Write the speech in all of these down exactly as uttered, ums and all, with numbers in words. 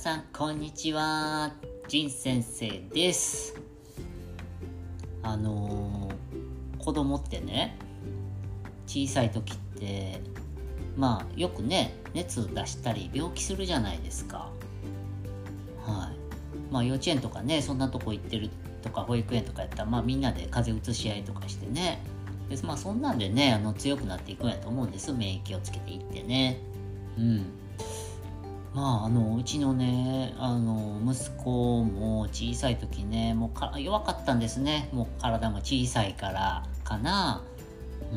さんこんにちは、仁先生です。あのー、子供ってね、小さい時ってまあよくね熱出したり病気するじゃないですか。はい。まあ幼稚園とかね、そんなとこ行ってるとか保育園とかやったら、まあみんなで風邪うつし合いとかしてね、でまあそんなんでねあの強くなっていくんやと思うんです。免疫をつけていってね。うんまあ、あのうちのねあの息子も小さい時ねもうか弱かったんですね。もう体も小さいからかな。うん、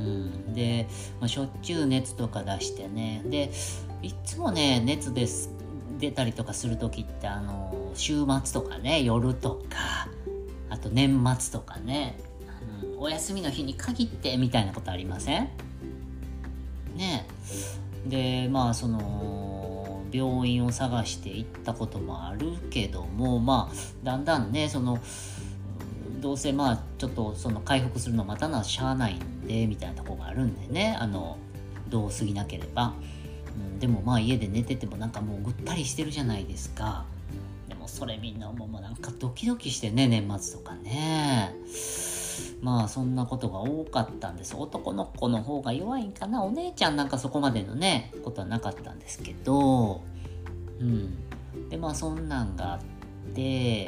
で、まあ、しょっちゅう熱とか出してね、でいつもね熱です出たりとかする時ってあの週末とかね、夜とかあと年末とかね、うん、お休みの日に限ってみたいなことありませんね。でまあその病院を探して行ったこともあるけども、まあだんだんねそのどうせまあちょっとその回復するのまたなしゃあないんでみたいなとこがあるんでね、あのどう過ぎなければ、うん、でもまあ家で寝ててもなんかもうぐったりしてるじゃないですか。でもそれみんなもうなんかドキドキしてね、年末とかね、まあそんなことが多かったんです。男の子の方が弱いんかな。お姉ちゃんなんかそこまでのねことはなかったんですけど、うんでまあそんなんがあって、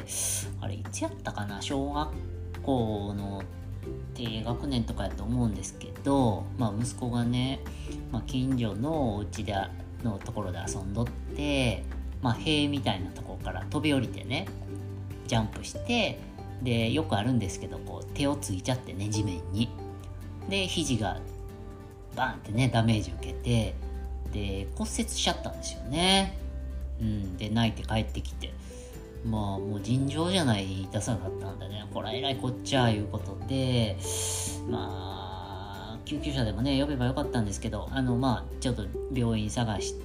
あれいつやったかな、小学校の低学年とかやと思うんですけど、まあ息子がね、まあ、近所のお家でのところで遊んどって、まあ塀みたいなところから飛び降りてね、ジャンプして、でよくあるんですけど、こう手をついちゃってね、地面に。で肘がバンってねダメージ受けて、で骨折しちゃったんですよね。うんで泣いて帰ってきて、まあもう尋常じゃない痛さだったんでね、これはえらいこっちゃいうことで、まあ救急車でもね呼べばよかったんですけど、あのまあちょっと病院探して、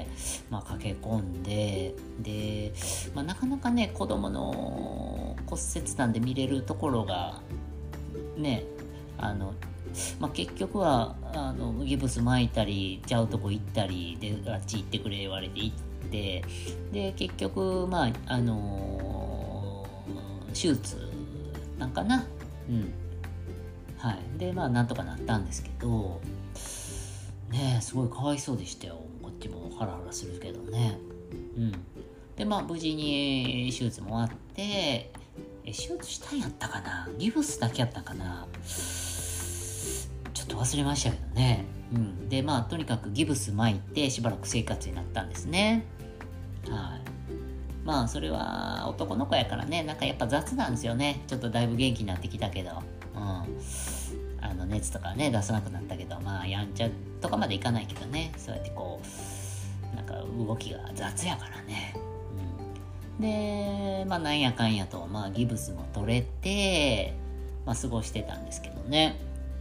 まあ駆け込んで、で、まあ、なかなかね子供の骨折なんで見れるところがね、あのまあ、結局はあのギブス巻いたりちゃうとこ行ったりで、あっち行ってくれ言われて行って、で結局まああのー、手術なんかな、うんはいでまあなんとかなったんですけどね、すごいかわいそうでしたよ。こっちもハラハラするけどね。うんでまあ無事に手術も終わって、え手術したんやったかな、ギブスだけやったかな、ちょっと忘れましたけどね。うん、でまあとにかくギブス巻いてしばらく生活になったんですね。はい。まあそれは男の子やからね、なんかやっぱ雑なんですよね。ちょっとだいぶ元気になってきたけど、うん、あの熱とかね出さなくなったけど、まあやんちゃとかまでいかないけどね、そうやってこうなんか動きが雑やからね。うん、でまあなんやかんやと、まあギブスも取れて、まあ過ごしてたんですけどね。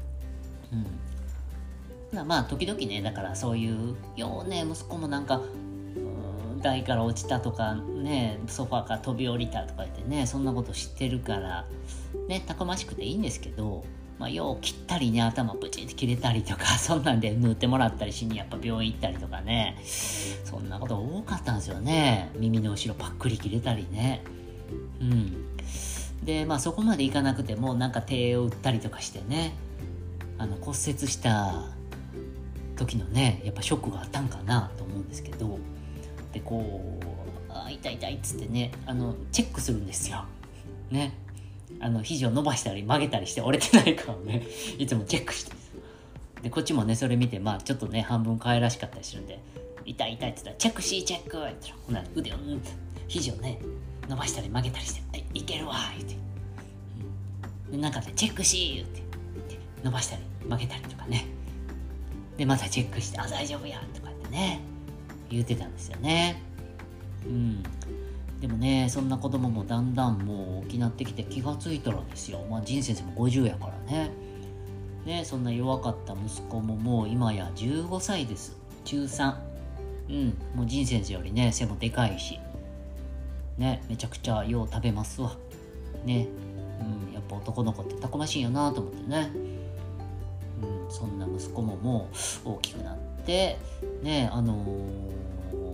うん、まあ時々ね、だからそういうようね、息子もなんか台から落ちたとかね、ソファーから飛び降りたとか言ってね、そんなこと知ってるからね、たくましくていいんですけど、まあよう切ったりね、頭ブチって切れたりとか、そんなんで縫ってもらったりしにやっぱ病院行ったりとかね、そんなこと多かったんですよね。耳の後ろパックリ切れたりね。うんでまあそこまでいかなくてもなんか手を打ったりとかしてね、あの骨折した時のねやっぱショックがあったんかなと思うんですけど、でこうあ痛い痛いっつってね、あのチェックするんですよね。あの肘を伸ばしたり曲げたりして折れてないかをねいつもチェックして、でこっちもねそれ見て、まあちょっとね半分可愛らしかったりするんで、痛い痛いって言ったらチェックしーチェックって言ったら、ほな腕をうん肘をね伸ばしたり曲げたりして、いけるわー言って、うん、でなんかねチェックしーって伸ばしたり曲げたりとかね、でまたチェックして、あ大丈夫やとかってね言ってたんですよね。うんでもねそんな子供もだんだんもう大きなってきて、気がついたらですよ、まあ仁先生もごじゅうやからねね、そんな弱かった息子ももう今やじゅうごさいです。ちゅうさん。うんもう仁先生よりね背もでかいしね、めちゃくちゃよう食べますわね。うん、やっぱ男の子ってたくましいよなと思ってね。うん、そんな息子ももう大きくなってね、あのー、僕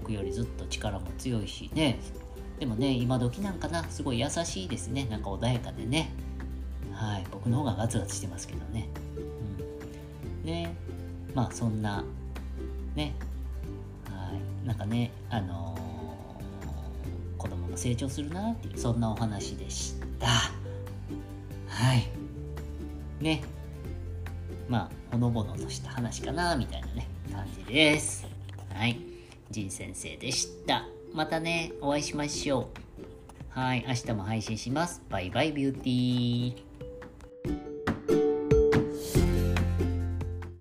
僕よりずっと力も強いしね。でもね、今時なんかな、すごい優しいですね。なんか穏やかでね。はい、僕の方がガツガツしてますけどね。うん、で、まあそんなね、はい、なんかね、あのー、子供が成長するなっていう、そんなお話でした。はい。ね。まあ、ほのぼのとした話かな、みたいなね、感じです。はい。仁先生でした。またね、お会いしましょう。はい。明日も配信します。バイバイビューティー。